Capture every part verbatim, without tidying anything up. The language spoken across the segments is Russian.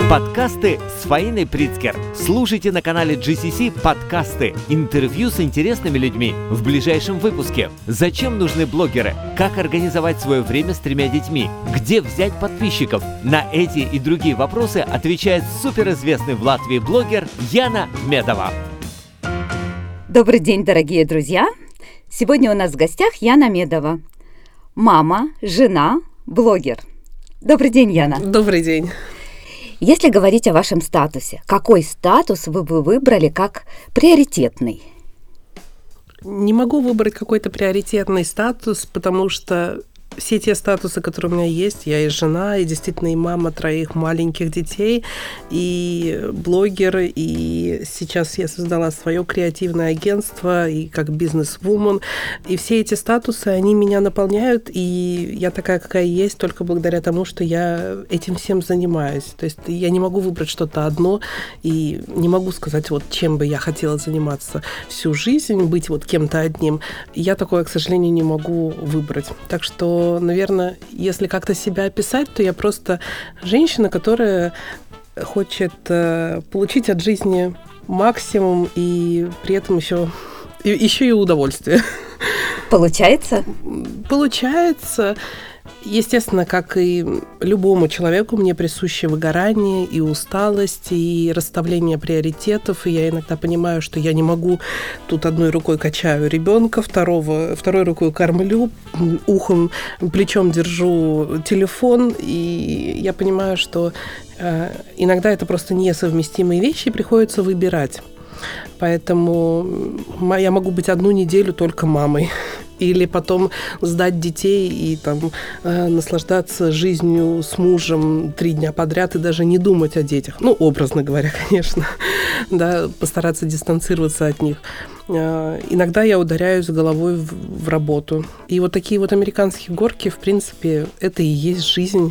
Подкасты с Фаиной Прицкер. Слушайте на канале джи си си подкасты. Интервью с интересными людьми. В ближайшем выпуске. Зачем нужны блогеры? Как организовать свое время с тремя детьми? Где взять подписчиков? На эти и другие вопросы отвечает суперизвестный в Латвии блогер Яна Медова. Добрый день, дорогие друзья! Сегодня у нас в гостях Яна Медова. Мама, жена, блогер. Добрый день, Яна. Добрый день. Если говорить о вашем статусе, какой статус вы бы выбрали как приоритетный? Не могу выбрать какой-то приоритетный статус, потому что все те статусы, которые у меня есть, я и жена, и действительно и мама троих маленьких детей, и блогер, и сейчас я создала свое креативное агентство, и как бизнес-вумен, и все эти статусы, они меня наполняют, и я такая, какая есть, только благодаря тому, что я этим всем занимаюсь. То есть я не могу выбрать что-то одно, и не могу сказать, вот чем бы я хотела заниматься всю жизнь, быть вот кем-то одним. Я такое, к сожалению, не могу выбрать. Так что наверное, если как-то себя описать, то я просто женщина, которая хочет э, получить от жизни максимум и при этом еще, и, еще и удовольствие. Получается? Получается. Естественно, как и любому человеку, мне присуще выгорание и усталость, и расставление приоритетов. И я иногда понимаю, что я не могу тут одной рукой качаю ребенка, второго, второй рукой кормлю, ухом, плечом держу телефон. И я понимаю, что э, иногда это просто несовместимые вещи, и приходится выбирать. Поэтому я могу быть одну неделю только мамой. Или потом сдать детей и там э, наслаждаться жизнью с мужем три дня подряд и даже не думать о детях. Ну, образно говоря, конечно. Да, постараться дистанцироваться от них. Э, иногда я ударяюсь головой в, в работу. И вот такие вот американские горки, в принципе, это и есть жизнь.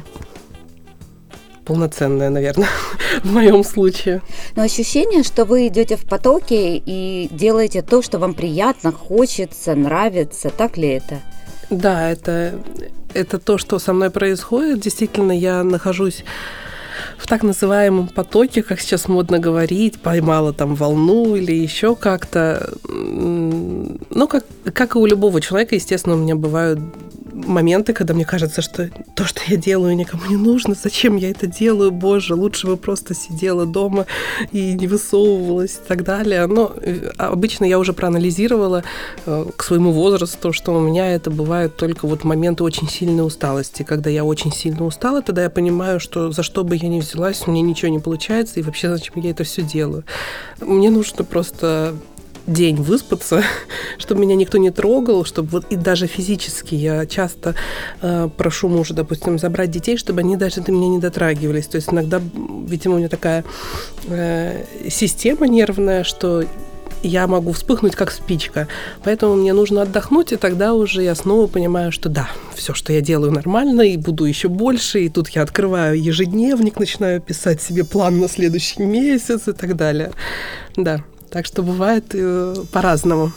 Полноценная, наверное, в моем случае. Но ощущение, что вы идете в потоке и делаете то, что вам приятно, хочется, нравится, так ли это? Да, это, это то, что со мной происходит. Действительно, я нахожусь в так называемом потоке, как сейчас модно говорить, поймала там волну или еще как-то. Ну, как, как и у любого человека, естественно, у меня бывают моменты, когда мне кажется, что то, что я делаю, никому не нужно. Зачем я это делаю? Боже, лучше бы просто сидела дома и не высовывалась и так далее. Но обычно я уже проанализировала к своему возрасту, что у меня это бывает только вот моменты очень сильной усталости. Когда я очень сильно устала, тогда я понимаю, что за что бы я ни взялась, у меня ничего не получается, и вообще зачем я это все делаю. Мне нужно просто день выспаться, чтобы меня никто не трогал, чтобы вот и даже физически я часто э, прошу мужа, допустим, забрать детей, чтобы они даже до меня не дотрагивались. То есть иногда, видимо, у меня такая э, система нервная, что я могу вспыхнуть как спичка. Поэтому мне нужно отдохнуть, и тогда уже я снова понимаю, что да, все, что я делаю, нормально, и буду еще больше. И тут я открываю ежедневник, начинаю писать себе план на следующий месяц и так далее. Да. Так что бывает э, по-разному.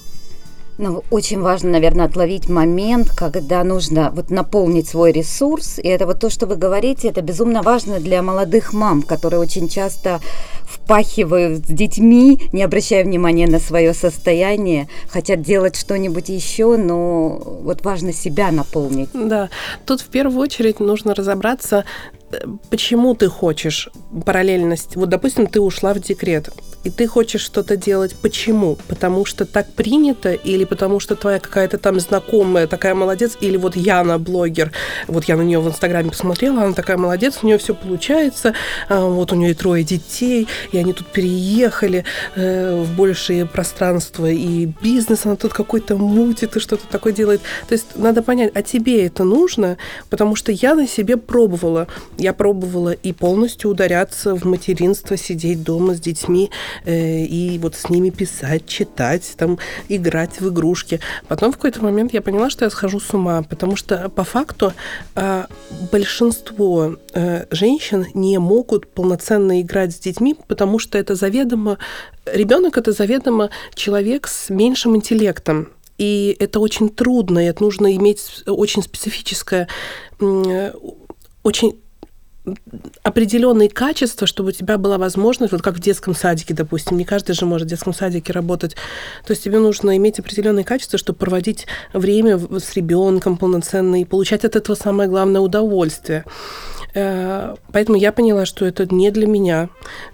Ну, очень важно, наверное, отловить момент, когда нужно вот наполнить свой ресурс. И это вот то, что вы говорите, это безумно важно для молодых мам, которые очень часто впахивают с детьми, не обращая внимания на свое состояние, хотят делать что-нибудь еще, но вот важно себя наполнить. Да, тут в первую очередь нужно разобраться, почему ты хочешь параллельность. Вот, допустим, ты ушла в декрет, и ты хочешь что-то делать. Почему? Потому что так принято, или потому что твоя какая-то там знакомая такая молодец, или вот Яна, блогер, вот я на нее в Инстаграме посмотрела, она такая молодец, у нее все получается, вот у нее и трое детей, и они тут переехали э, в большие пространства, и бизнес она тут какой-то мутит, и что-то такое делает. То есть надо понять, а тебе это нужно? Потому что я на себе пробовала. Я пробовала и полностью ударяться в материнство, сидеть дома с детьми э, и вот с ними писать, читать, там, играть в игрушки. Потом в какой-то момент я поняла, что я схожу с ума, потому что по факту э, большинство э, женщин не могут полноценно играть с детьми, потому что это заведомо, ребенок это заведомо человек с меньшим интеллектом. И это очень трудно, и это нужно иметь очень специфическое, очень определенные качества, чтобы у тебя была возможность, вот как в детском садике, допустим, не каждый же может в детском садике работать, то есть тебе нужно иметь определенные качества, чтобы проводить время с ребенком полноценно и получать от этого самое главное удовольствие. Поэтому я поняла, что это не для меня.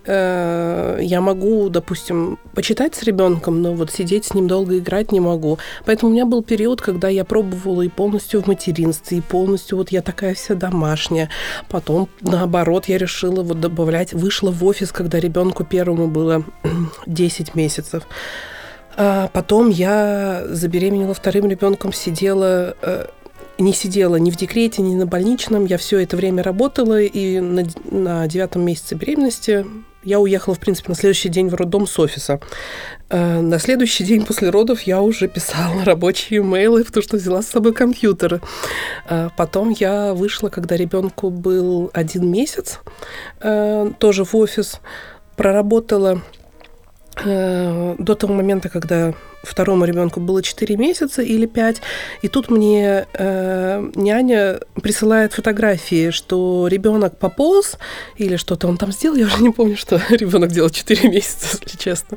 Я могу, допустим, почитать с ребенком, но вот сидеть с ним долго играть не могу. Поэтому у меня был период, когда я пробовала и полностью в материнстве, и полностью вот я такая вся домашняя. Потом, наоборот, я решила вот добавлять, вышла в офис, когда ребенку первому было десять месяцев. А потом я забеременела вторым ребенком, сидела... не сидела ни в декрете, ни на больничном. Я все это время работала, и на, на девятом месяце беременности я уехала, в принципе, на следующий день в роддом с офиса. На следующий день после родов я уже писала рабочие имейлы, потому что взяла с собой компьютер. Потом я вышла, когда ребенку был один месяц, тоже в офис, проработала до того момента, когда второму ребенку было четыре месяца или пять, и тут мне э, няня присылает фотографии, что ребенок пополз или что-то он там сделал, я уже не помню, что ребенок делал четыре месяца, если честно.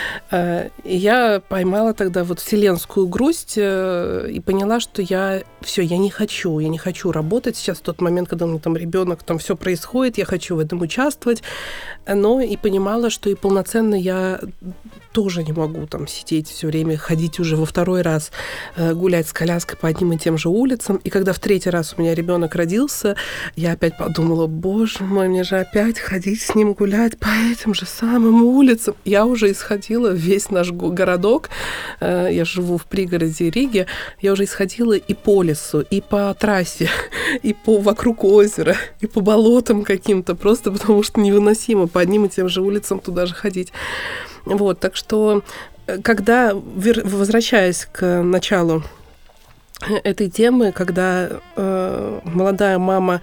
Э, и я поймала тогда вот вселенскую грусть э, и поняла, что я все, я не хочу, я не хочу работать сейчас в тот момент, когда у меня там ребенок, там все происходит, я хочу в этом участвовать, но и понимала, что и полноценно я тоже не могу там сидеть все время, ходить уже во второй раз, э, гулять с коляской по одним и тем же улицам. И когда в третий раз у меня ребенок родился, я опять подумала, боже мой, мне же опять ходить с ним гулять по этим же самым улицам. Я уже исходила весь наш городок, э, я живу в пригороде Риги, я уже исходила и по лесу, и по трассе, и по вокруг озера, и по болотам каким-то, просто потому что невыносимо по одним и тем же улицам туда же ходить. Вот, так что, когда, возвращаясь к началу этой темы, когда э, молодая мама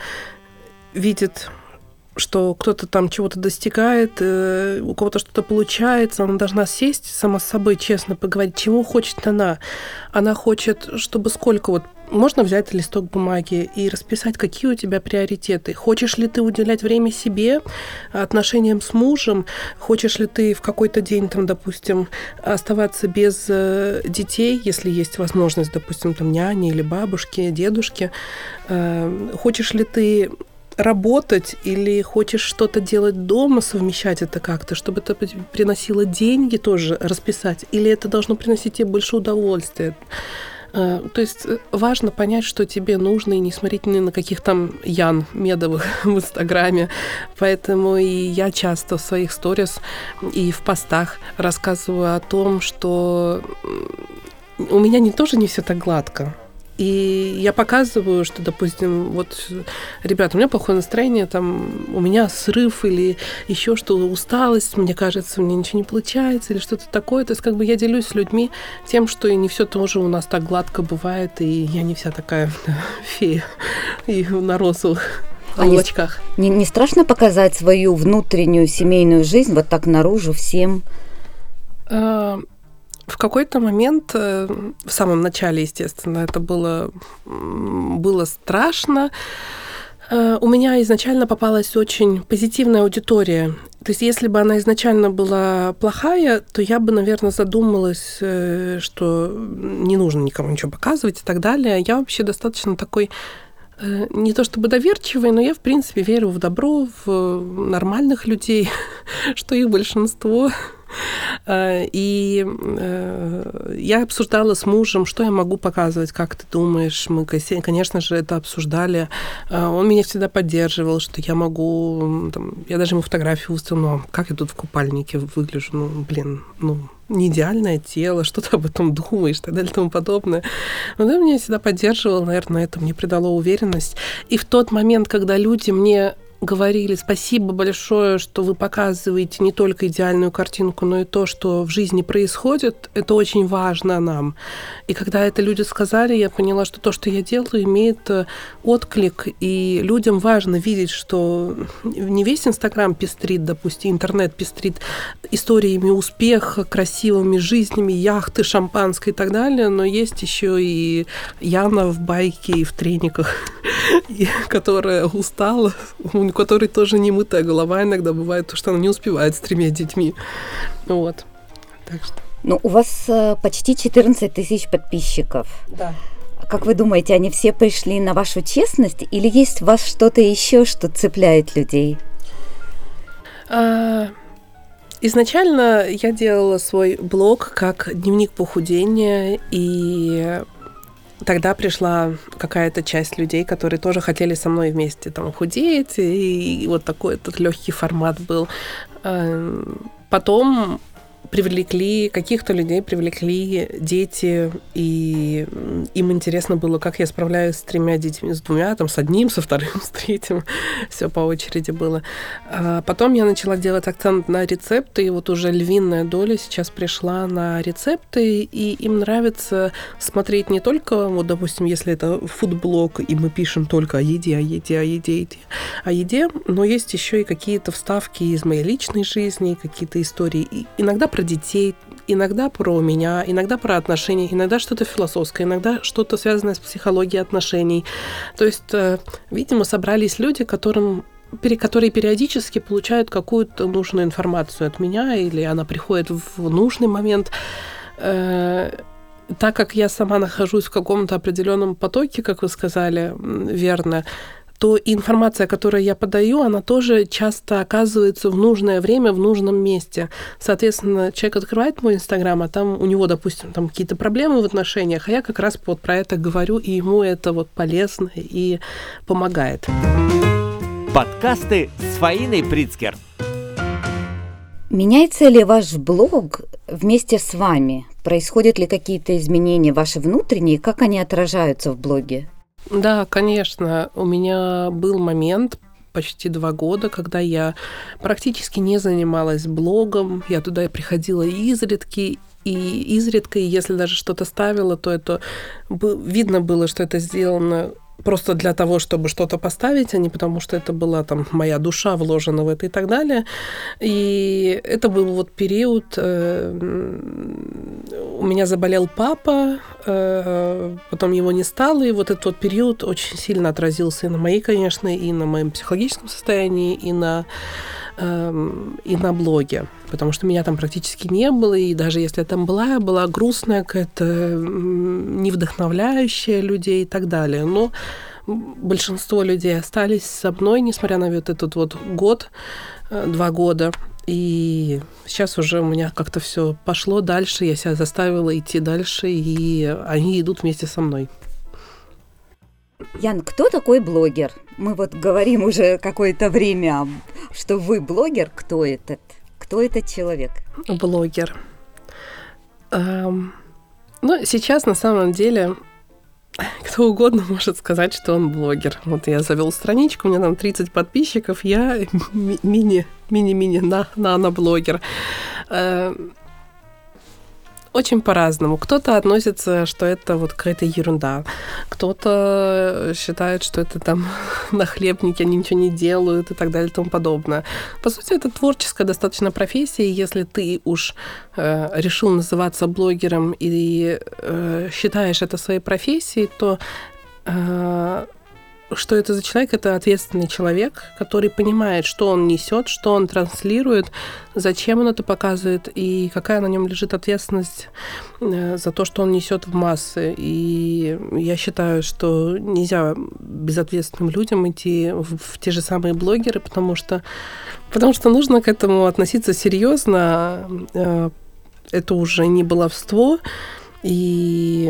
видит, что кто-то там чего-то достигает, э, у кого-то что-то получается, она должна сесть сама с собой, честно поговорить, чего хочет она. Она хочет, чтобы сколько вот можно взять листок бумаги и расписать, какие у тебя приоритеты. Хочешь ли ты уделять время себе, отношениям с мужем? Хочешь ли ты в какой-то день, там, допустим, оставаться без детей, если есть возможность, допустим, там, няни или бабушки, дедушки? Хочешь ли ты работать или хочешь что-то делать дома, совмещать это как-то, чтобы это приносило деньги тоже, расписать? Или это должно приносить тебе больше удовольствия? То есть важно понять, что тебе нужно, и не смотреть ни на каких там Ян Медовых в Инстаграме. Поэтому и я часто в своих сторис и в постах рассказываю о том, что у меня не тоже не все так гладко. И я показываю, что, допустим, вот, ребята, у меня плохое настроение, там, у меня срыв или еще что, усталость, мне кажется, у меня ничего не получается или что-то такое. То есть, как бы я делюсь с людьми тем, что и не все тоже у нас так гладко бывает, и я не вся такая фея и на розовых облачках. А не, не страшно показать свою внутреннюю семейную жизнь вот так наружу всем? В какой-то момент, в самом начале, естественно, это было, было страшно. У меня изначально попалась очень позитивная аудитория. То есть если бы она изначально была плохая, то я бы, наверное, задумалась, что не нужно никому ничего показывать и так далее. Я вообще достаточно такой... не то чтобы доверчивый, но я, в принципе, верю в добро, в нормальных людей, что их большинство. И я обсуждала с мужем, что я могу показывать, как ты думаешь. Мы, конечно же, это обсуждали. Он меня всегда поддерживал, что я могу... Там, я даже ему фотографию выставила, ну, как я тут в купальнике выгляжу, ну, блин, ну... не идеальное тело, что ты об этом думаешь, и так далее, и тому подобное. Но он меня всегда поддерживал, наверное, это мне придало уверенность. И в тот момент, когда люди мне говорили: спасибо большое, что вы показываете не только идеальную картинку, но и то, что в жизни происходит, это очень важно нам. И когда это люди сказали, я поняла, что то, что я делаю, имеет отклик, и людям важно видеть, что не весь Инстаграм пестрит, допустим, интернет пестрит историями успеха, красивыми жизнями, яхты, шампанское и так далее, но есть еще и Яна в байке и в трениках, и которая устала, у которой тоже немытая голова иногда бывает, то, что она не успевает с тремя детьми. Вот. Так что. Ну, у вас э, почти четырнадцать тысяч подписчиков. Да. Как вы думаете, они все пришли на вашу честность или есть у вас что-то еще, что цепляет людей? А, изначально я делала свой блог как дневник похудения, и тогда пришла какая-то часть людей, которые тоже хотели со мной вместе там худеть, и, и вот такой этот легкий формат был. А, потом привлекли, каких-то людей привлекли дети, и им интересно было, как я справляюсь с тремя детьми, с двумя, там, с одним, со вторым, с третьим, все по очереди было. А потом я начала делать акцент на рецепты, и вот уже львиная доля сейчас пришла на рецепты, и им нравится смотреть не только, вот, допустим, если это фудблог, и мы пишем только о еде, о еде, о еде, еде, о еде, но есть еще и какие-то вставки из моей личной жизни, какие-то истории, и иногда про детей, иногда про меня, иногда про отношения, иногда что-то философское, иногда что-то связанное с психологией отношений. То есть, видимо, собрались люди, которым, которые периодически получают какую-то нужную информацию от меня, или она приходит в нужный момент. Так как я сама нахожусь в каком-то определенном потоке, как вы сказали, верно, то информация, которую я подаю, она тоже часто оказывается в нужное время, в нужном месте. Соответственно, человек открывает мой Инстаграм, а там у него, допустим, там какие-то проблемы в отношениях, а я как раз вот про это говорю, и ему это вот полезно и помогает. Подкасты с Фаиной Прицкер. Меняется ли ваш блог вместе с вами? Происходят ли какие-то изменения ваши внутренние? Как они отражаются в блоге? Да, конечно. У меня был момент, почти два года, когда я практически не занималась блогом. Я туда приходила изредки, и изредка, и если даже что-то ставила, то это видно было, что это сделано просто для того, чтобы что-то поставить, а не потому, что это была там моя душа вложена в это и так далее. И это был вот период, э, у меня заболел папа, э, потом его не стало, и вот этот вот период очень сильно отразился и на моей, конечно, и на моем психологическом состоянии, и на, э, и на блоге, потому что меня там практически не было, и даже если я там была, я была грустная, какая-то не вдохновляющая людей и так далее. Но большинство людей остались со мной, несмотря на вот этот вот год, два года. И сейчас уже у меня как-то все пошло дальше, я себя заставила идти дальше, и они идут вместе со мной. Ян, кто такой блогер? Мы вот говорим уже какое-то время, что вы блогер. Кто этот? Кто этот человек? Блогер. Эм, ну, сейчас на самом деле кто угодно может сказать, что он блогер. Вот я завел страничку, у меня там тридцать подписчиков, я ми- мини, мини-мини на, нано-блогер. Эм, Очень по-разному. Кто-то относится, что это вот какая-то ерунда. Кто-то считает, что это там нахлебники, они ничего не делают и так далее и тому подобное. По сути, это творческая достаточно профессия, и если ты уж э, решил называться блогером и э, считаешь это своей профессией, то э, что это за человек? Это ответственный человек, который понимает, что он несет, что он транслирует, зачем он это показывает и какая на нем лежит ответственность за то, что он несет в массы. И я считаю, что нельзя безответственным людям идти в, в те же самые блогеры, потому что, потому что нужно к этому относиться серьезно. Это уже не баловство. И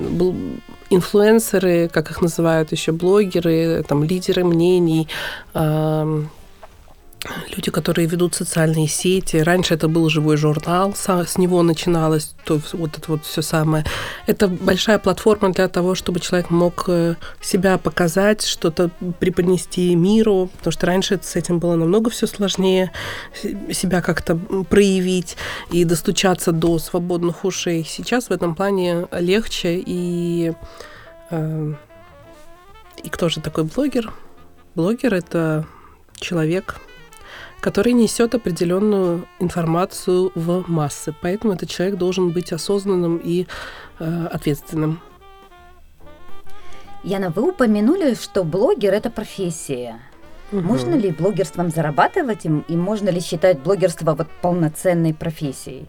инфлюенсеры, как их называют еще, блогеры, там, лидеры мнений, э, люди, которые ведут социальные сети. Раньше это был живой журнал, с него начиналось то, вот это вот все самое. Это большая платформа для того, чтобы человек мог себя показать, что-то преподнести миру, потому что раньше с этим было намного все сложнее, себя как-то проявить и достучаться до свободных ушей. Сейчас в этом плане легче. И, э, и кто же такой блогер? Блогер – это человек, который несет определенную информацию в массы. Поэтому этот человек должен быть осознанным и э, ответственным. Яна, вы упомянули, что блогер – это профессия. Угу. Можно ли блогерством зарабатывать им, и можно ли считать блогерство вот полноценной профессией?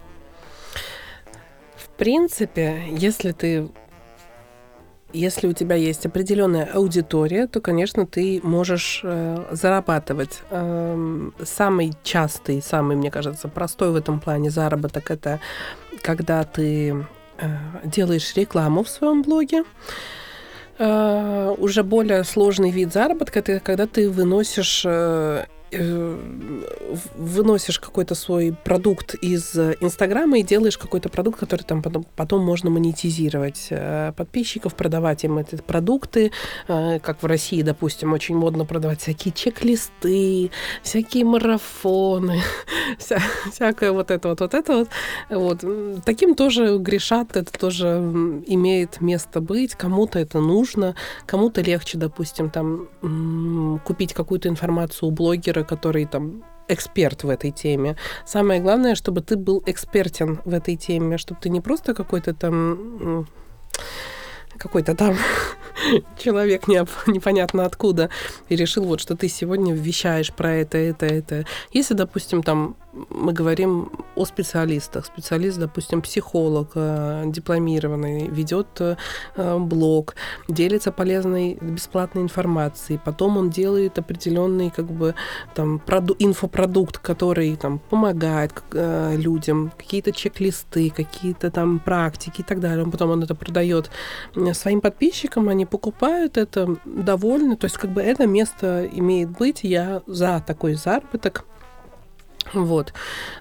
В принципе, если ты, если у тебя есть определенная аудитория, то, конечно, ты можешь э, зарабатывать. Э, самый частый, самый, мне кажется, простой в этом плане заработок – это когда ты э, делаешь рекламу в своем блоге. Uh, уже более сложный вид заработка – это когда ты выносишь, uh, uh, выносишь какой-то свой продукт из Инстаграма и делаешь какой-то продукт, который там потом, потом можно монетизировать. Uh, подписчиков, продавать им эти продукты. Uh, как в России, допустим, очень модно продавать всякие чек-листы, всякие марафоны, вся, всякое вот это вот, вот это вот. Вот. Таким тоже грешат, это тоже имеет место быть. Кому-то это нужно, кому-то легче, допустим, там м- купить какую-то информацию у блогера, который там эксперт в этой теме. Самое главное, чтобы ты был экспертен в этой теме, чтобы ты не просто какой-то там какой-то там человек не, непонятно откуда и решил, вот, что ты сегодня вещаешь про это, это, это. Если, допустим, там мы говорим о специалистах. Специалист, допустим, психолог, дипломированный, ведет блог, делится полезной бесплатной информацией. Потом он делает определенный как бы там проду- инфопродукт, который там помогает э, людям, какие-то чек-листы, какие-то там практики и так далее. Потом он это продает своим подписчикам, они покупают это, довольны. То есть как бы это место имеет быть. Я за такой заработок. Вот.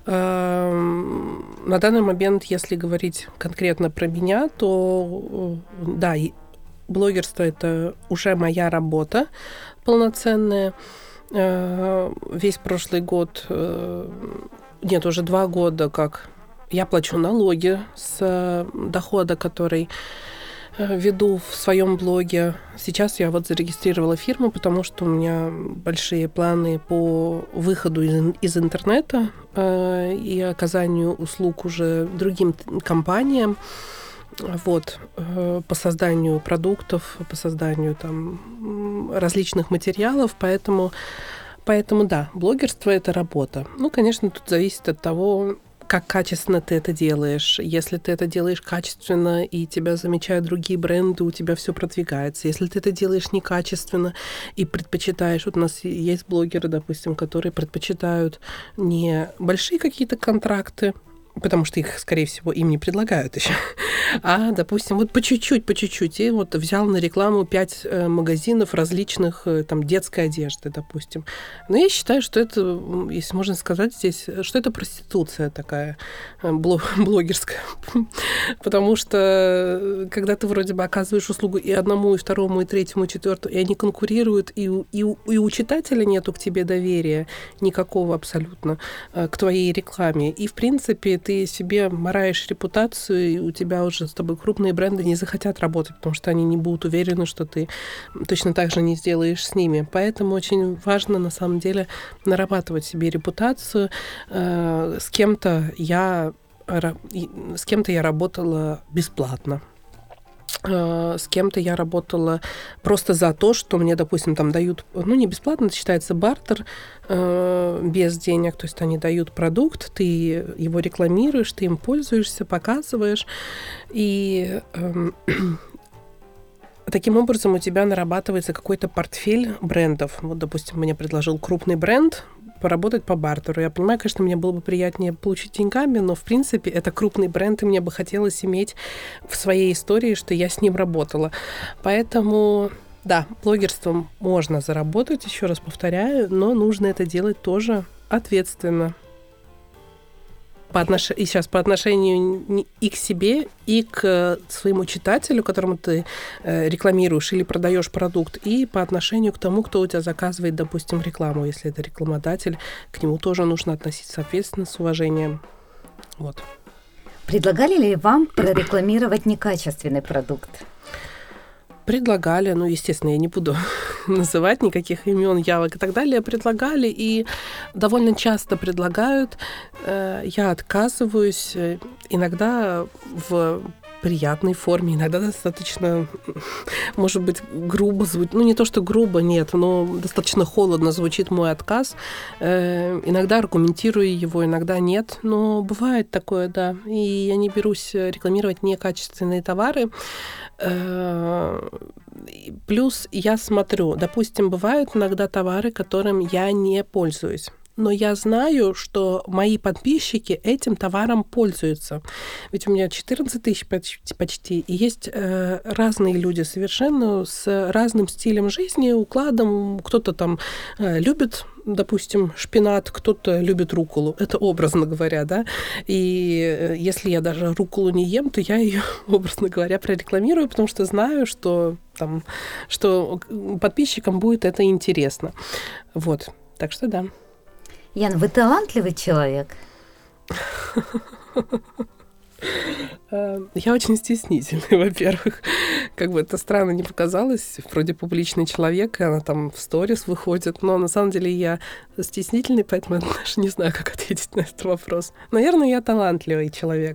На данный момент, если говорить конкретно про меня, то да, блогерство – это уже моя работа полноценная. Весь прошлый год, нет, уже два года, как я плачу налоги с дохода, который веду в своем блоге. Сейчас я вот зарегистрировала фирму, потому что у меня большие планы по выходу из, из интернета э, и оказанию услуг уже другим компаниям. Вот, э, по созданию продуктов, по созданию там различных материалов, поэтому, поэтому да, блогерство – это работа. Ну, конечно, тут зависит от того, как качественно ты это делаешь. Если ты это делаешь качественно, и тебя замечают другие бренды, у тебя все продвигается. Если ты это делаешь некачественно и предпочитаешь... Вот у нас есть блогеры, допустим, которые предпочитают не большие какие-то контракты, потому что их, скорее всего, им не предлагают еще. А, допустим, вот по чуть-чуть, по чуть-чуть. И вот взял на рекламу пять э, магазинов различных, э, там, детской одежды, допустим. Но я считаю, что это, если можно сказать здесь, что это проституция такая э, блогерская. Потому что, когда ты вроде бы оказываешь услугу и одному, и второму, и третьему, и четвертому, и они конкурируют, и, и, и у читателя нету к тебе доверия никакого абсолютно э, к твоей рекламе. И, в принципе, ты себе мараешь репутацию, и у тебя уже с тобой крупные бренды не захотят работать, потому что они не будут уверены, что ты точно так же не сделаешь с ними. Поэтому очень важно, на самом деле, нарабатывать себе репутацию. С кем-то я, с кем-то я работала бесплатно. С кем-то я работала просто за то, что мне, допустим, там дают, ну, не бесплатно, это считается бартер, э, без денег, то есть они дают продукт, ты его рекламируешь, ты им пользуешься, показываешь, и э, таким образом у тебя нарабатывается какой-то портфель брендов. Вот, допустим, мне предложил крупный бренд поработать по бартеру. Я понимаю, конечно, мне было бы приятнее получить деньгами, но, в принципе, это крупный бренд, и мне бы хотелось иметь в своей истории, что я с ним работала. Поэтому, да, блогерством можно заработать, еще раз повторяю, но нужно это делать тоже ответственно. По отнош... И сейчас по отношению и к себе, и к своему читателю, которому ты э, рекламируешь или продаешь продукт, и по отношению к тому, кто у тебя заказывает, допустим, рекламу. Если это рекламодатель, к нему тоже нужно относиться соответственно, с уважением. Вот. Предлагали ли вам прорекламировать некачественный продукт? Предлагали, ну, естественно, я не буду называть никаких имен, явок и так далее. Предлагали и довольно часто предлагают. Я отказываюсь. Иногда в приятной форме, иногда достаточно, может быть, грубо звучит. Ну, не то, что грубо, нет, но достаточно холодно звучит мой отказ. Иногда аргументирую его, иногда нет. Но бывает такое, да. И я не берусь рекламировать некачественные товары. Плюс я смотрю, допустим, бывают иногда товары, которым я не пользуюсь. Но я знаю, что мои подписчики этим товаром пользуются. Ведь у меня четырнадцать тысяч почти, почти и есть э, разные люди совершенно с разным стилем жизни, укладом. Кто-то там э, любит, допустим, шпинат, кто-то любит рукколу. Это образно говоря, да. И если я даже рукколу не ем, то я ее, образно говоря, прорекламирую, потому что знаю, что, там, что подписчикам будет это интересно. Вот. Так что да. Ян, вы талантливый человек? Я очень стеснительный, во-первых. Как бы это странно не показалось, вроде публичный человек, и она там в сторис выходит, но на самом деле я стеснительный, поэтому я даже не знаю, как ответить на этот вопрос. Наверное, я талантливый человек.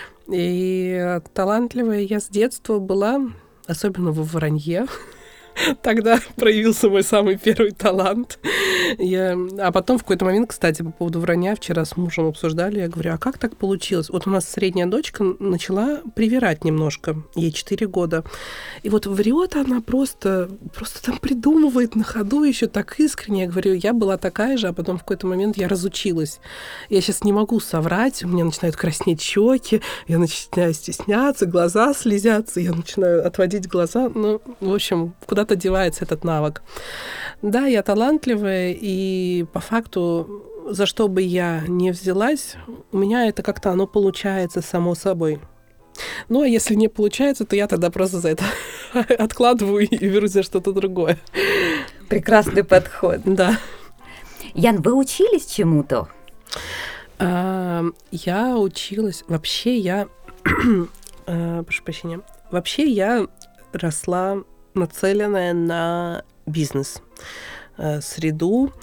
И талантливая я с детства была, особенно во вранье. Тогда проявился мой самый первый талант. Я... А потом в какой-то момент, кстати, по поводу вранья, вчера с мужем обсуждали, я говорю, а как так получилось? Вот у нас средняя дочка начала привирать немножко, ей четыре года. И вот врет она просто, просто там придумывает на ходу еще так искренне. Я говорю, я была такая же, а потом в какой-то момент я разучилась. Я сейчас не могу соврать, у меня начинают краснеть щеки, я начинаю стесняться, глаза слезятся, я начинаю отводить глаза. Ну, в общем, куда куда-то девается этот навык. Да, я талантливая, и по факту, за что бы я ни взялась, у меня это как-то оно получается само собой. Ну, а если не получается, то я тогда просто за это откладываю и берусь за что-то другое. Прекрасный подход. Да. Ян, вы учились чему-то? А, я училась... Вообще я... а, прошу прощения. Вообще я росла нацеленная на бизнес, среду,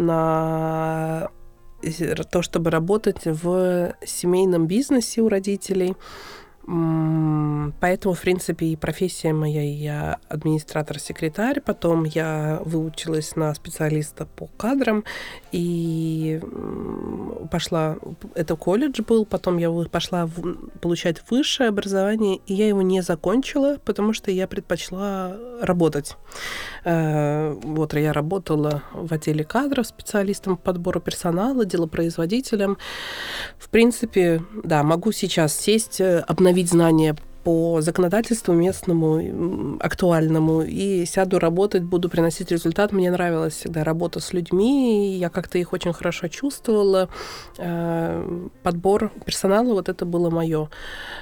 на то, чтобы работать в семейном бизнесе у родителей. Поэтому, в принципе, и профессия моя, я администратор-секретарь, потом я выучилась на специалиста по кадрам и пошла, это колледж был, потом я пошла в, получать высшее образование, и я его не закончила, потому что я предпочла работать. Вот я работала в отделе кадров специалистом по подбору персонала, делопроизводителем. В принципе, да, могу сейчас сесть, обновить знания по законодательству местному, актуальному, и сяду работать, буду приносить результат. Мне нравилась всегда работа с людьми, я как-то их очень хорошо чувствовала. Подбор персонала, вот это было моё.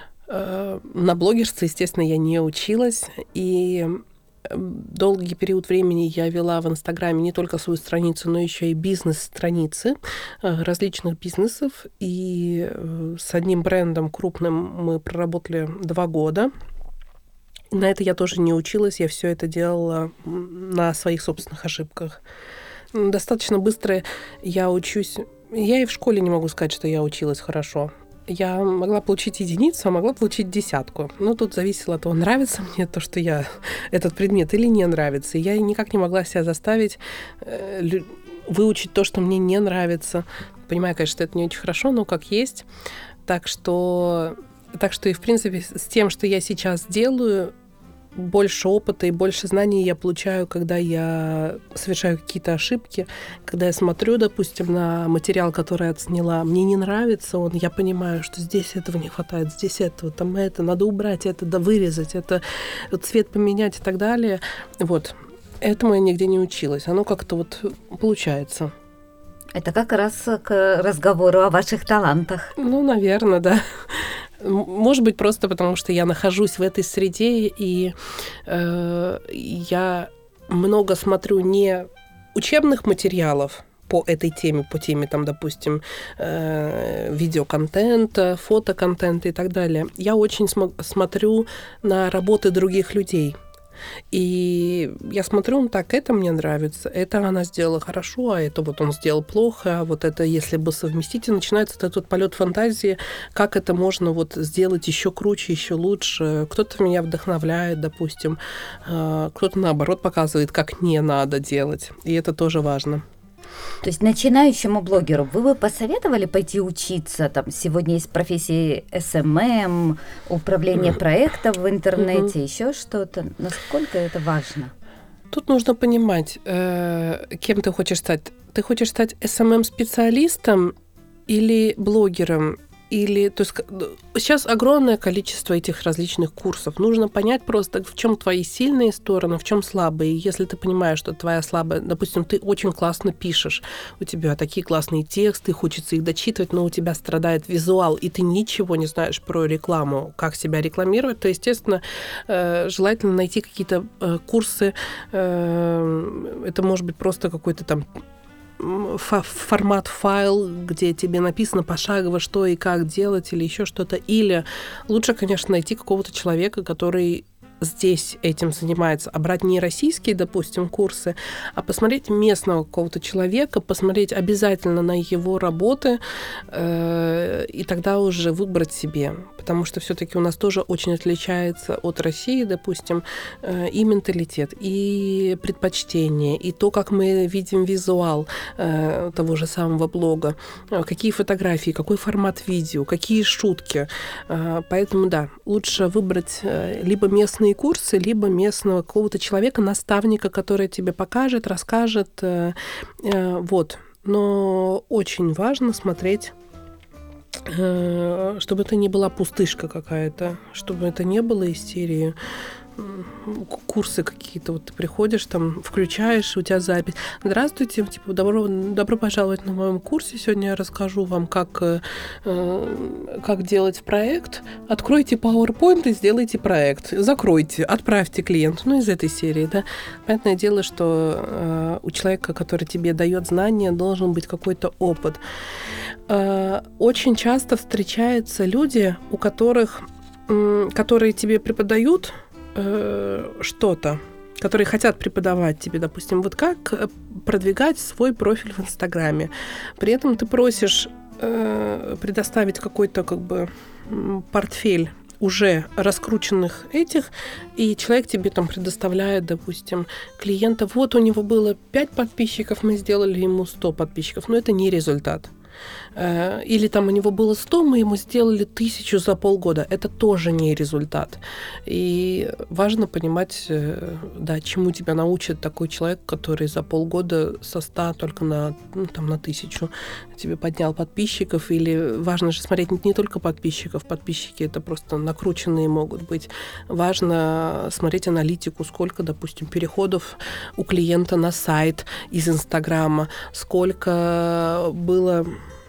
На блогерстве, естественно, я не училась, и долгий период времени я вела в Инстаграме не только свою страницу, но еще и бизнес-страницы различных бизнесов. И с одним брендом крупным мы проработали два года. На это я тоже не училась, я все это делала на своих собственных ошибках. Достаточно быстро я учусь. Я и в школе не могу сказать, что я училась хорошо. Я могла получить единицу, а могла получить десятку. Ну, тут зависело от того, нравится мне то, что я этот предмет, или не нравится. И я никак не могла себя заставить э, лю- выучить то, что мне не нравится. Понимаю, конечно, что это не очень хорошо, но как есть. Так что, так что и, в принципе, с тем, что я сейчас делаю, больше опыта и больше знаний я получаю, когда я совершаю какие-то ошибки, когда я смотрю, допустим, на материал, который я отсняла, мне не нравится он, я понимаю, что здесь этого не хватает, здесь этого, там это, надо убрать это, да вырезать это, цвет поменять и так далее. Вот. Этому я нигде не училась. Оно как-то вот получается. Это как раз к разговору о ваших талантах. Ну, наверное, да. Может быть, просто потому, что я нахожусь в этой среде, и э, я много смотрю не учебных материалов по этой теме, по теме, там, допустим, э, видеоконтента, фотоконтента и так далее. Я очень см- смотрю на работы других людей. И я смотрю, ну так, это мне нравится, это она сделала хорошо, а это вот он сделал плохо, а вот это, если бы совместить, и начинается этот вот полет фантазии, как это можно вот сделать еще круче, еще лучше. Кто-то меня вдохновляет, допустим, кто-то, наоборот, показывает, как не надо делать, и это тоже важно. То есть начинающему блогеру вы бы посоветовали пойти учиться? Там сегодня есть профессии эс эм эм, управление проектом в интернете, еще что-то. Насколько это важно? Тут нужно понимать, кем ты хочешь стать. Ты хочешь стать эс эм эм-специалистом или блогером? Или, то есть, сейчас огромное количество этих различных курсов. Нужно понять просто, в чем твои сильные стороны, в чем слабые. И если ты понимаешь, что твоя слабая, допустим, ты очень классно пишешь, у тебя такие классные тексты, хочется их дочитывать, но у тебя страдает визуал, и ты ничего не знаешь про рекламу, как себя рекламировать, то, естественно, желательно найти какие-то курсы. Это может быть просто какой-то там формат файл, где тебе написано пошагово, что и как делать, или еще что-то. Или лучше, конечно, найти какого-то человека, который здесь этим занимается, а брать не российские, допустим, курсы, а посмотреть местного какого-то человека, посмотреть обязательно на его работы, э, и тогда уже выбрать себе. Потому что все-таки у нас тоже очень отличается от России, допустим, э, и менталитет, и предпочтения, и то, как мы видим визуал э, того же самого блога, э, какие фотографии, какой формат видео, какие шутки. Э, поэтому, да, лучше выбрать э, либо местные курсы, либо местного какого-то человека, наставника, который тебе покажет, расскажет. Э, э, вот. Но очень важно смотреть, э, чтобы это не была пустышка какая-то, чтобы это не было истерии. Курсы какие-то, вот ты приходишь, там, включаешь, у тебя запись. Здравствуйте, типа, добро, добро пожаловать на моем курсе. Сегодня я расскажу вам, как, э, как делать проект. Откройте PowerPoint и сделайте проект. Закройте, отправьте клиенту. Ну, из этой серии, да. Понятное дело, что э, у человека, который тебе дает знания, должен быть какой-то опыт. Э, очень часто встречаются люди, у которых, э, которые тебе преподают что-то, которые хотят преподавать тебе, допустим, вот как продвигать свой профиль в Инстаграме. При этом ты просишь э, предоставить какой-то как бы портфель уже раскрученных этих, и человек тебе там предоставляет, допустим, клиента. Вот у него было пять подписчиков, мы сделали ему сто подписчиков, но это не результат. Или там у него было сто, мы ему сделали тысячу за полгода. Это тоже не результат. И важно понимать, да, чему тебя научит такой человек, который за полгода со ста только на, ну, там, на тысячу тебе поднял подписчиков. Или важно же смотреть не, не только подписчиков. Подписчики это просто накрученные могут быть. Важно смотреть аналитику, сколько, допустим, переходов у клиента на сайт из Инстаграма, сколько было...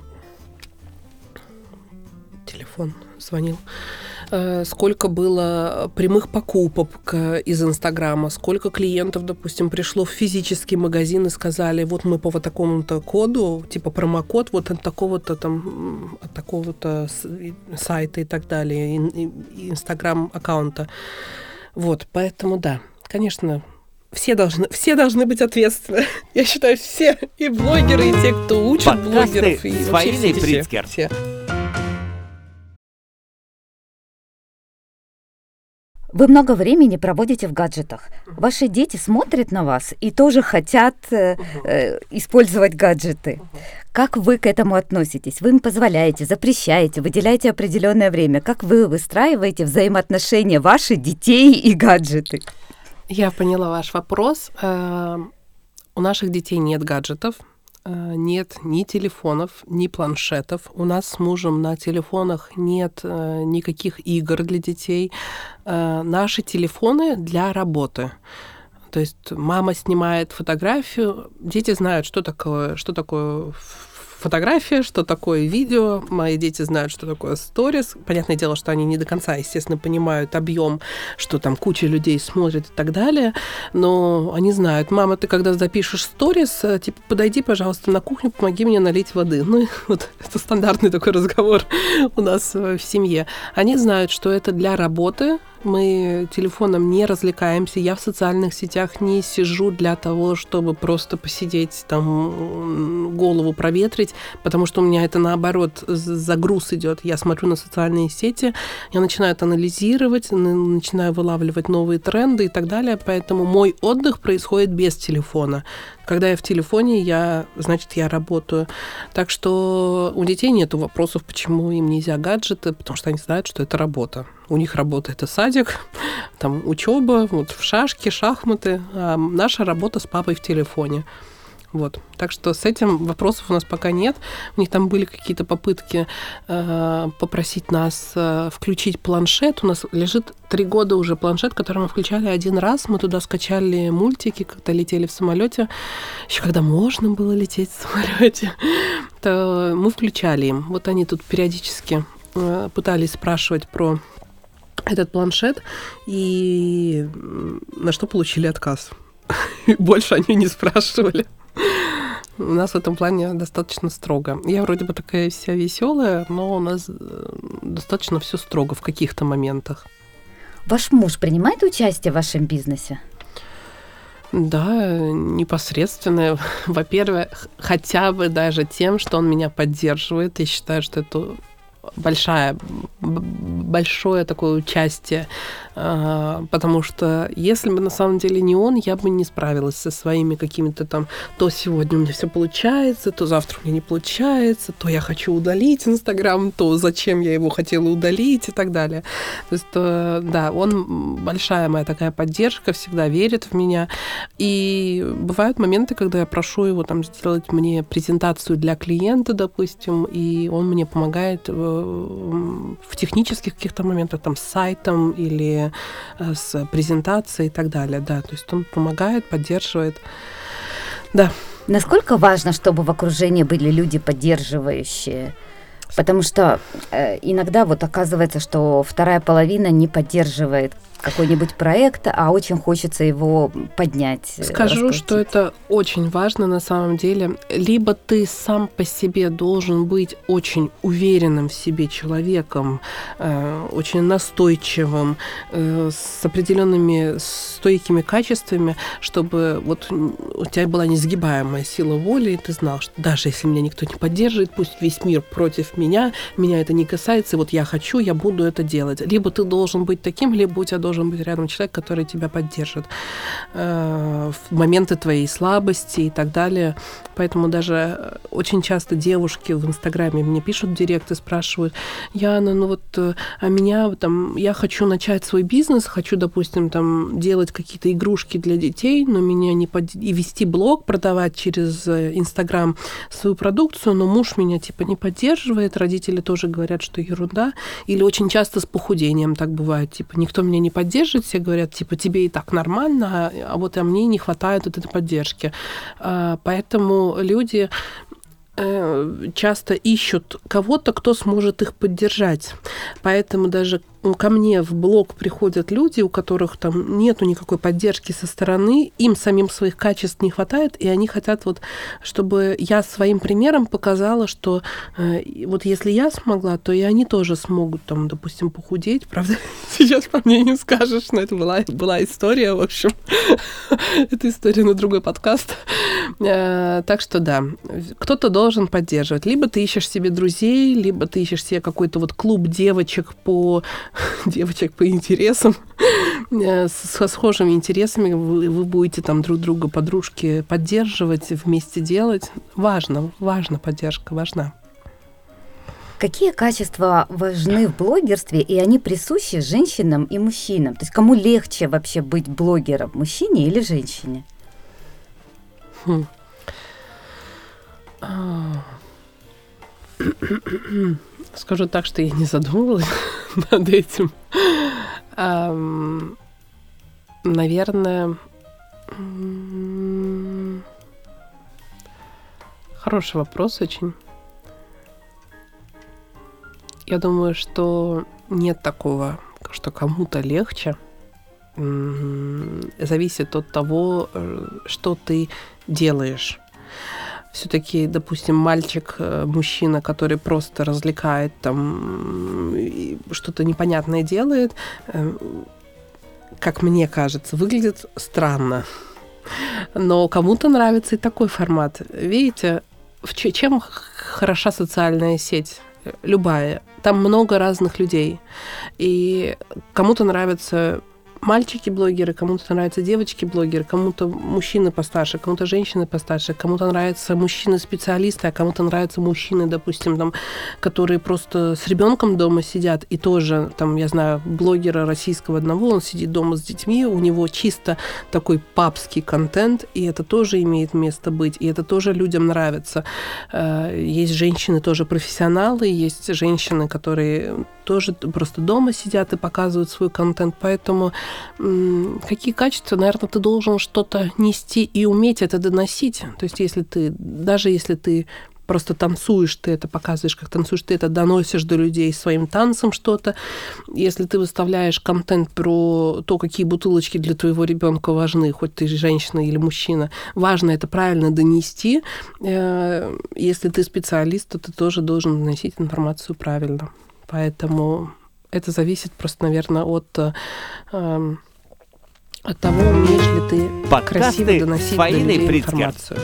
Телефон звонил. Сколько было прямых покупок из Инстаграма, сколько клиентов, допустим, пришло в физический магазин и сказали, вот мы по вот такому-то коду, типа промокод, вот от такого-то там, от такого-то сайта и так далее, Инстаграм-аккаунта. Вот, поэтому да, конечно, все должны, все должны быть ответственны. Я считаю, все, и блогеры, и те, кто учат Подкасты блогеров, и с вообще Фаиной все, Прицкер. все. Вы много времени проводите в гаджетах. Ваши дети смотрят на вас и тоже хотят э, э, использовать гаджеты. Как вы к этому относитесь? Вы им позволяете, запрещаете, выделяете определенное время? Как вы выстраиваете взаимоотношения ваших детей и гаджеты? Я поняла ваш вопрос. У наших детей нет гаджетов. Нет ни телефонов, ни планшетов. У нас с мужем на телефонах нет э, никаких игр для детей. Э, наши телефоны для работы. То есть мама снимает фотографию, дети знают, что такое, что такое фотография, что такое видео. Мои дети знают, что такое сторис. Понятное дело, что они не до конца, естественно, понимают объем, что там куча людей смотрит и так далее, но они знают. Мама, ты когда запишешь сторис, типа, подойди, пожалуйста, на кухню, помоги мне налить воды. Ну, вот это стандартный такой разговор у нас в семье. Они знают, что это для работы, Мы телефоном не развлекаемся. Я в социальных сетях не сижу для того, чтобы просто посидеть, там, голову проветрить, потому что у меня это, наоборот, загруз идет. Я смотрю на социальные сети, я начинаю это анализировать, начинаю вылавливать новые тренды и так далее. Поэтому мой отдых происходит без телефона. Когда я в телефоне, я, значит, я работаю. Так что у детей нет вопросов, почему им нельзя гаджеты, потому что они знают, что это работа. У них работа – это садик, там учеба, вот в шашки, шахматы, а наша работа с папой в телефоне. Вот. Так что с этим вопросов у нас пока нет. У них там были какие-то попытки э, попросить нас э, включить планшет. У нас лежит три года уже планшет, который мы включали один раз. Мы туда скачали мультики, когда летели в самолете. Еще когда можно было лететь в самолете, то мы включали им. Вот они тут периодически э, пытались спрашивать про этот планшет, и на что получили отказ. Больше они не спрашивали. У нас в этом плане достаточно строго. Я вроде бы такая вся веселая, но у нас достаточно все строго в каких-то моментах. Ваш муж принимает участие в вашем бизнесе? Да, непосредственно. Во-первых, хотя бы даже тем, что он меня поддерживает. Я считаю, что это большая, большое такое участие, потому что если бы на самом деле не он, я бы не справилась со своими какими-то там, то сегодня у меня все получается, то завтра у меня не получается, то я хочу удалить Инстаграм, то зачем я его хотела удалить и так далее. То есть, да, он большая моя такая поддержка, всегда верит в меня. И бывают моменты, когда я прошу его там сделать мне презентацию для клиента, допустим, и он мне помогает в технических каких-то моментах, там, с сайтом или с презентацией и так далее, да, то есть он помогает, поддерживает, да. Насколько важно, чтобы в окружении были люди поддерживающие? Потому что э, иногда вот оказывается, что вторая половина не поддерживает какой-нибудь проект, а очень хочется его поднять. Скажу, раскрутить. что это очень важно на самом деле. Либо ты сам по себе должен быть очень уверенным в себе человеком, э, очень настойчивым, э, с определенными стойкими качествами, чтобы вот у тебя была несгибаемая сила воли, и ты знал, что даже если меня никто не поддерживает, пусть весь мир против меня, меня это не касается, и вот я хочу, я буду это делать. Либо ты должен быть таким, либо у тебя должен быть рядом человек, который тебя поддержит э, в моменты твоей слабости и так далее. Поэтому даже очень часто девушки в Инстаграме мне пишут в директ и спрашивают: Яна, ну вот, а меня там, я хочу начать свой бизнес, хочу, допустим, там делать какие-то игрушки для детей, но меня не под... и вести блог, продавать через Инстаграм свою продукцию, но муж меня типа не поддерживает, родители тоже говорят, что ерунда. Или очень часто с похудением так бывает, типа никто меня не поддерживает, все говорят, типа тебе и так нормально, а вот а мне не хватает вот этой поддержки. Поэтому люди часто ищут кого-то, кто сможет их поддержать. Поэтому даже ко мне в блог приходят люди, у которых там нету никакой поддержки со стороны, им самим своих качеств не хватает, и они хотят вот, чтобы я своим примером показала, что э, вот если я смогла, то и они тоже смогут там, допустим, похудеть. Правда, сейчас по мне не скажешь, но это была, была история, в общем. Это история на другой подкаст. Э, так что да, кто-то должен поддерживать. Либо ты ищешь себе друзей, либо ты ищешь себе какой-то вот клуб девочек по девочек по интересам, со схожими интересами, вы, вы будете там друг друга, подружки, поддерживать, вместе делать. Важно, важна поддержка, важна. Какие качества важны в блогерстве, и они присущи женщинам и мужчинам? То есть кому легче вообще быть блогером, мужчине или женщине? Хм. Скажу так, что я не задумывалась над этим. Um, наверное, м- хороший вопрос очень. Я думаю, что нет такого, что кому-то легче. М- зависит от того, что ты делаешь. все-таки, допустим, мальчик, мужчина, который просто развлекает, там, что-то непонятное делает, как мне кажется, выглядит странно. Но кому-то нравится и такой формат. Видите, чем хороша социальная сеть? Любая. Там много разных людей. И кому-то нравятся мальчики-блогеры, кому-то нравятся девочки-блогеры, кому-то мужчины постарше, кому-то женщины постарше, кому-то нравятся мужчины-специалисты, а кому-то нравятся мужчины, допустим, там, которые просто с ребенком дома сидят, и тоже, там, я знаю, блогера российского одного, он сидит дома с детьми, у него чисто такой папский контент, и это тоже имеет место быть, и это тоже людям нравится. Есть женщины тоже профессионалы, есть женщины, которые тоже просто дома сидят и показывают свой контент, поэтому какие качества, наверное, ты должен что-то нести и уметь это доносить. То есть если ты, даже если ты просто танцуешь, ты это показываешь, как танцуешь, ты это доносишь до людей своим танцем что-то. Если ты выставляешь контент про то, какие бутылочки для твоего ребенка важны, хоть ты женщина или мужчина, важно это правильно донести. Если ты специалист, то ты тоже должен доносить информацию правильно. Поэтому это зависит просто, наверное, от, э, от того, умеешь ли ты Подкасты красиво доносить до людей Прицкер. информацию.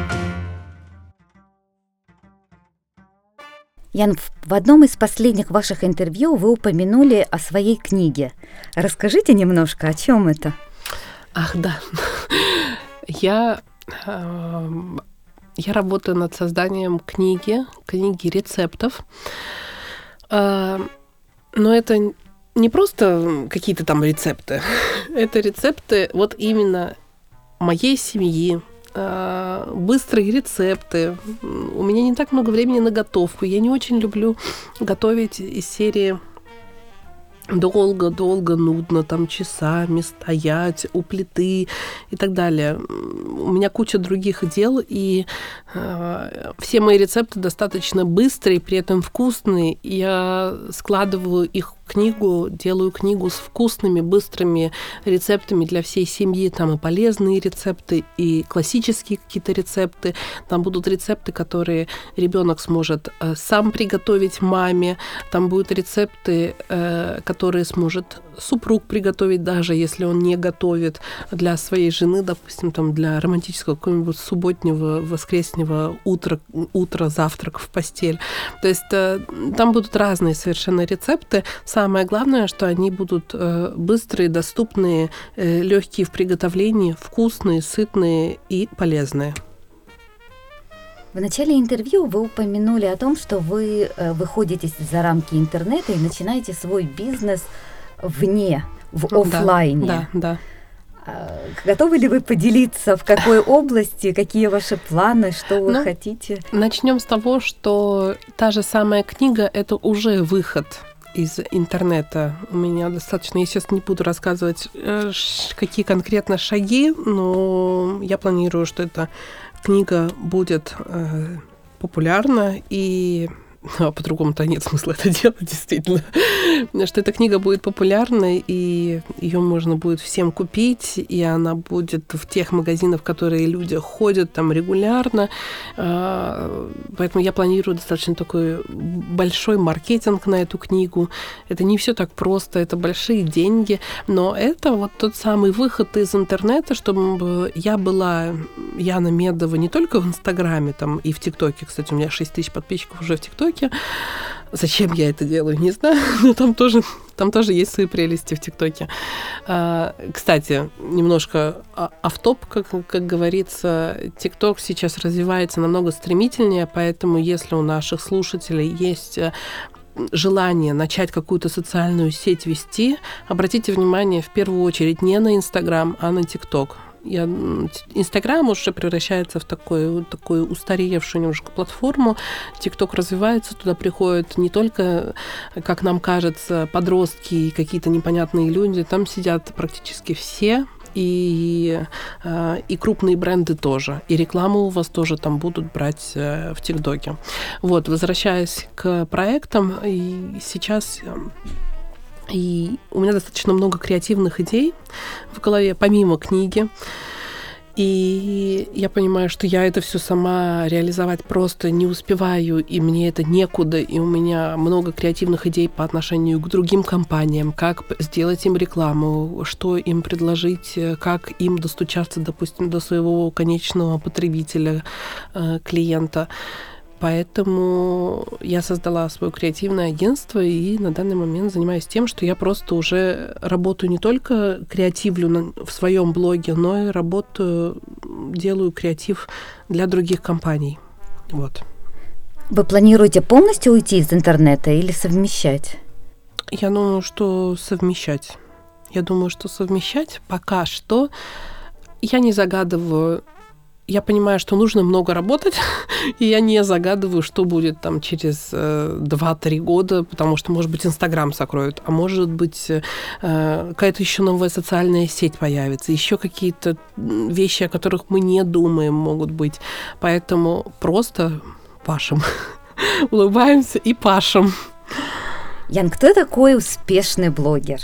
Ян, в одном из последних ваших интервью вы упомянули о своей книге. Расскажите немножко, о чем это? Ах, да. Я, э, я работаю над созданием книги, книги рецептов. Э, Но это не просто какие-то там рецепты. Это рецепты вот именно моей семьи, быстрые рецепты. У меня не так много времени на готовку. Я не очень люблю готовить из серии долго-долго, нудно, там часами стоять у плиты и так далее. У меня куча других дел, и э, все мои рецепты достаточно быстрые, при этом вкусные. Я складываю их в книгу, делаю книгу с вкусными, быстрыми рецептами для всей семьи. Там и полезные рецепты, и классические какие-то рецепты. Там будут рецепты, которые ребенок сможет э, сам приготовить маме. Там будут рецепты, э, которые сможет супруг приготовить, даже если он не готовит для своей жены, допустим, там для романтического какого-нибудь субботнего, воскресного утра, утра, завтрак в постель. То есть э, там будут разные совершенно рецепты. Самое главное, что они будут э, быстрые, доступные, э, легкие в приготовлении, вкусные, сытные и полезные. В начале интервью вы упомянули о том, что вы э, выходите за рамки интернета и начинаете свой бизнес вне, в офлайне. Да, да, да. Готовы ли вы поделиться, в какой области, какие ваши планы, что вы ну, хотите? Начнем с того, что та же самая книга – это уже выход из интернета. У меня достаточно, я сейчас не буду рассказывать, какие конкретно шаги, но я планирую, что эта книга будет э, популярна, и а по-другому-то нет смысла это делать, действительно. Что эта книга будет популярной, и ее можно будет всем купить, и она будет в тех магазинах, в которые люди ходят там регулярно. Поэтому я планирую достаточно такой большой маркетинг на эту книгу. Это не все так просто, это большие деньги, но это вот тот самый выход из интернета, чтобы я была Яна Медова не только в Инстаграме там, и в ТикТоке. Кстати, у меня шесть тысяч подписчиков уже в ТикТоке. Зачем я это делаю, не знаю, но там тоже, там тоже есть свои прелести в ТикТоке. А, кстати, немножко офф-топ, как, как говорится, ТикТок сейчас развивается намного стремительнее, поэтому если у наших слушателей есть желание начать какую-то социальную сеть вести, обратите внимание в первую очередь не на Инстаграм, а на ТикТок. Инстаграм уже превращается в такую, такую устаревшую немножко платформу. ТикТок развивается, туда приходят не только, как нам кажется, подростки и какие-то непонятные люди, там сидят практически все, и, и крупные бренды тоже, и рекламу у вас тоже там будут брать в ТикТоке. Вот, возвращаясь к проектам, и сейчас... И у меня достаточно много креативных идей в голове, помимо книги. И я понимаю, что я это все сама реализовать просто не успеваю, и мне это некуда, и у меня много креативных идей по отношению к другим компаниям, как сделать им рекламу, что им предложить, как им достучаться, допустим, до своего конечного потребителя, клиента. Поэтому я создала свое креативное агентство и на данный момент занимаюсь тем, что я просто уже работаю не только креативлю на, в своем блоге, но и работаю, делаю креатив для других компаний. Вот. Вы планируете полностью уйти из интернета или совмещать? Я думаю, что совмещать. Я думаю, что совмещать пока что. Я не загадываю. Я понимаю, что нужно много работать, и я не загадываю, что будет там через э, два-три года, потому что, может быть, Инстаграм закроют, а может быть, э, какая-то еще новая социальная сеть появится, еще какие-то вещи, о которых мы не думаем, могут быть. Поэтому просто пашем. Улыбаемся и пашем. Ян, кто такой успешный блогер?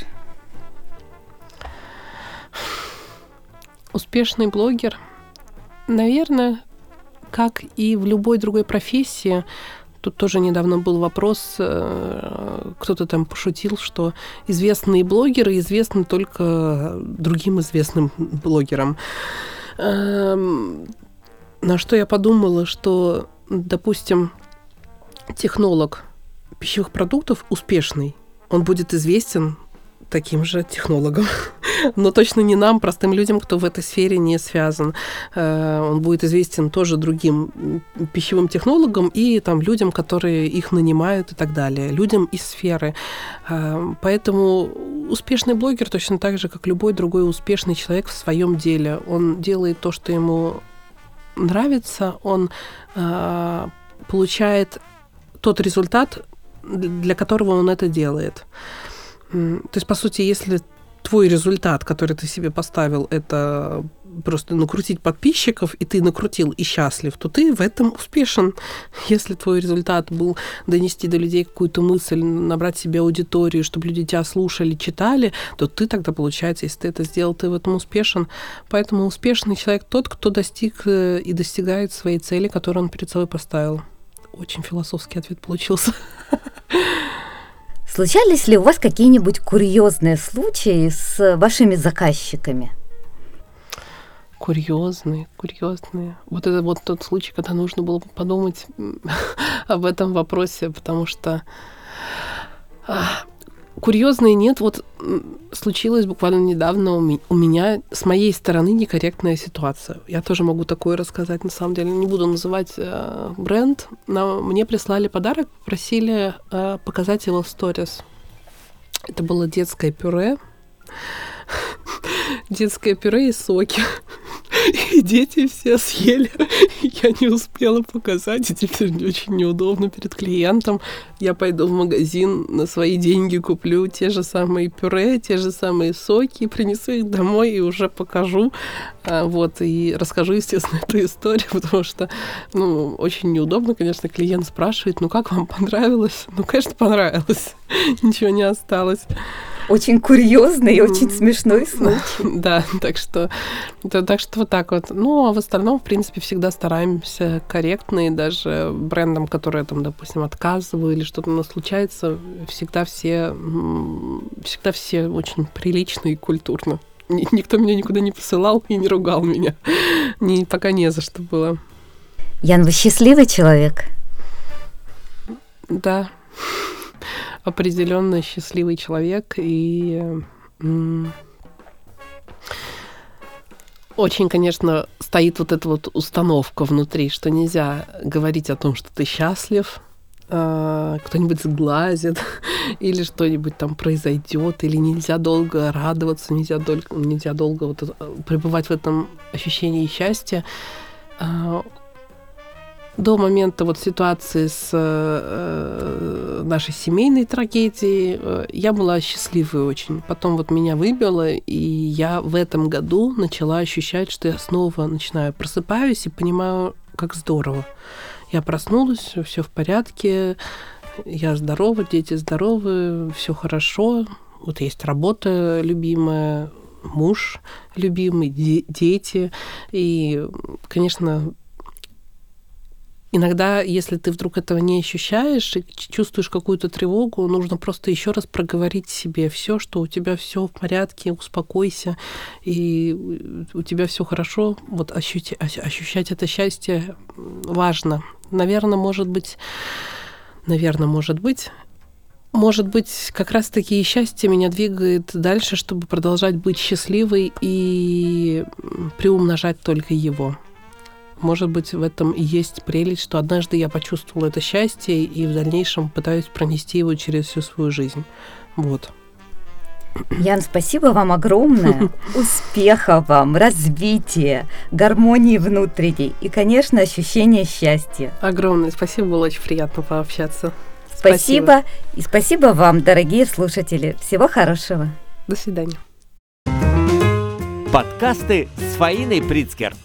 Успешный блогер... Наверное, как и в любой другой профессии, тут тоже недавно был вопрос, кто-то там пошутил, что известные блогеры известны только другим известным блогерам. На что я подумала, что, допустим, технолог пищевых продуктов успешный, он будет известен таким же технологом. Но точно не нам, простым людям, кто в этой сфере не связан. Он будет известен тоже другим пищевым технологам и там, людям, которые их нанимают и так далее, людям из сферы. Поэтому успешный блогер точно так же, как любой другой успешный человек в своем деле. Он делает то, что ему нравится, он получает тот результат, для которого он это делает. То есть, по сути, если твой результат, который ты себе поставил, это просто накрутить подписчиков, и ты накрутил и счастлив, то ты в этом успешен. Если твой результат был донести до людей какую-то мысль, набрать себе аудиторию, чтобы люди тебя слушали, читали, то ты тогда, получается, если ты это сделал, ты в этом успешен. Поэтому успешный человек тот, кто достиг и достигает своей цели, которую он перед собой поставил. Очень философский ответ получился. Случались ли у вас какие-нибудь курьезные случаи с вашими заказчиками? Курьезные, курьезные. Вот это вот тот случай, когда нужно было подумать об этом вопросе, потому что курьезные нет. Вот случилось буквально недавно у меня с моей стороны некорректная ситуация. Я тоже могу такое рассказать, на самом деле. Не буду называть э, бренд, но мне прислали подарок, просили э, показать его в сторис. Это было детское пюре. Детское пюре и соки. И дети все съели. Я не успела показать, и теперь очень неудобно перед клиентом. Я пойду в магазин, на свои деньги куплю те же самые пюре, те же самые соки, принесу их домой и уже покажу. Вот, и расскажу, естественно, эту историю, потому что, ну, очень неудобно, конечно, клиент спрашивает, ну, как вам понравилось? Ну, конечно, понравилось. Ничего не осталось. Очень курьезный и очень смешной случай. Да, так что, да, так что вот так вот. Ну, а в остальном, в принципе, всегда стараемся корректно, и даже брендам, которые, там, допустим, отказывают или что-то у нас случается, всегда все, всегда все очень прилично и культурно. Никто меня никуда не посылал и не ругал меня. Ни, пока не за что было. Ян, вы счастливый человек? Да. Определенно счастливый человек, и м- очень, конечно, стоит вот эта вот установка внутри, что нельзя говорить о том, что ты счастлив, э- кто-нибудь сглазит, или что-нибудь там произойдет, или нельзя долго радоваться, нельзя долго, нельзя долго вот это, пребывать в этом ощущении счастья. Э- До момента вот ситуации с э, нашей семейной трагедией э, я была счастливой очень. Потом вот меня выбило, и я в этом году начала ощущать, что я снова начинаю просыпаюсь и понимаю, как здорово. Я проснулась, все в порядке, я здорова, дети здоровы, все хорошо. Вот есть работа любимая, муж любимый, де- дети. И, конечно, иногда, если ты вдруг этого не ощущаешь и чувствуешь какую-то тревогу, нужно просто еще раз проговорить себе все, что у тебя все в порядке, успокойся, и у тебя все хорошо. Вот ощутить, ощущать это счастье важно. Наверное, может быть, наверное, может быть, может быть, как раз-таки и счастье меня двигает дальше, чтобы продолжать быть счастливой и приумножать только его. Может быть, в этом и есть прелесть, что однажды я почувствовала это счастье и в дальнейшем пытаюсь пронести его через всю свою жизнь. Вот. Ян, спасибо вам огромное. Успехов вам, развития, гармонии внутренней и, конечно, ощущения счастья. Огромное спасибо, было очень приятно пообщаться. Спасибо. спасибо. И спасибо вам, дорогие слушатели. Всего хорошего. До свидания. Подкасты с Фаиной Прицкер.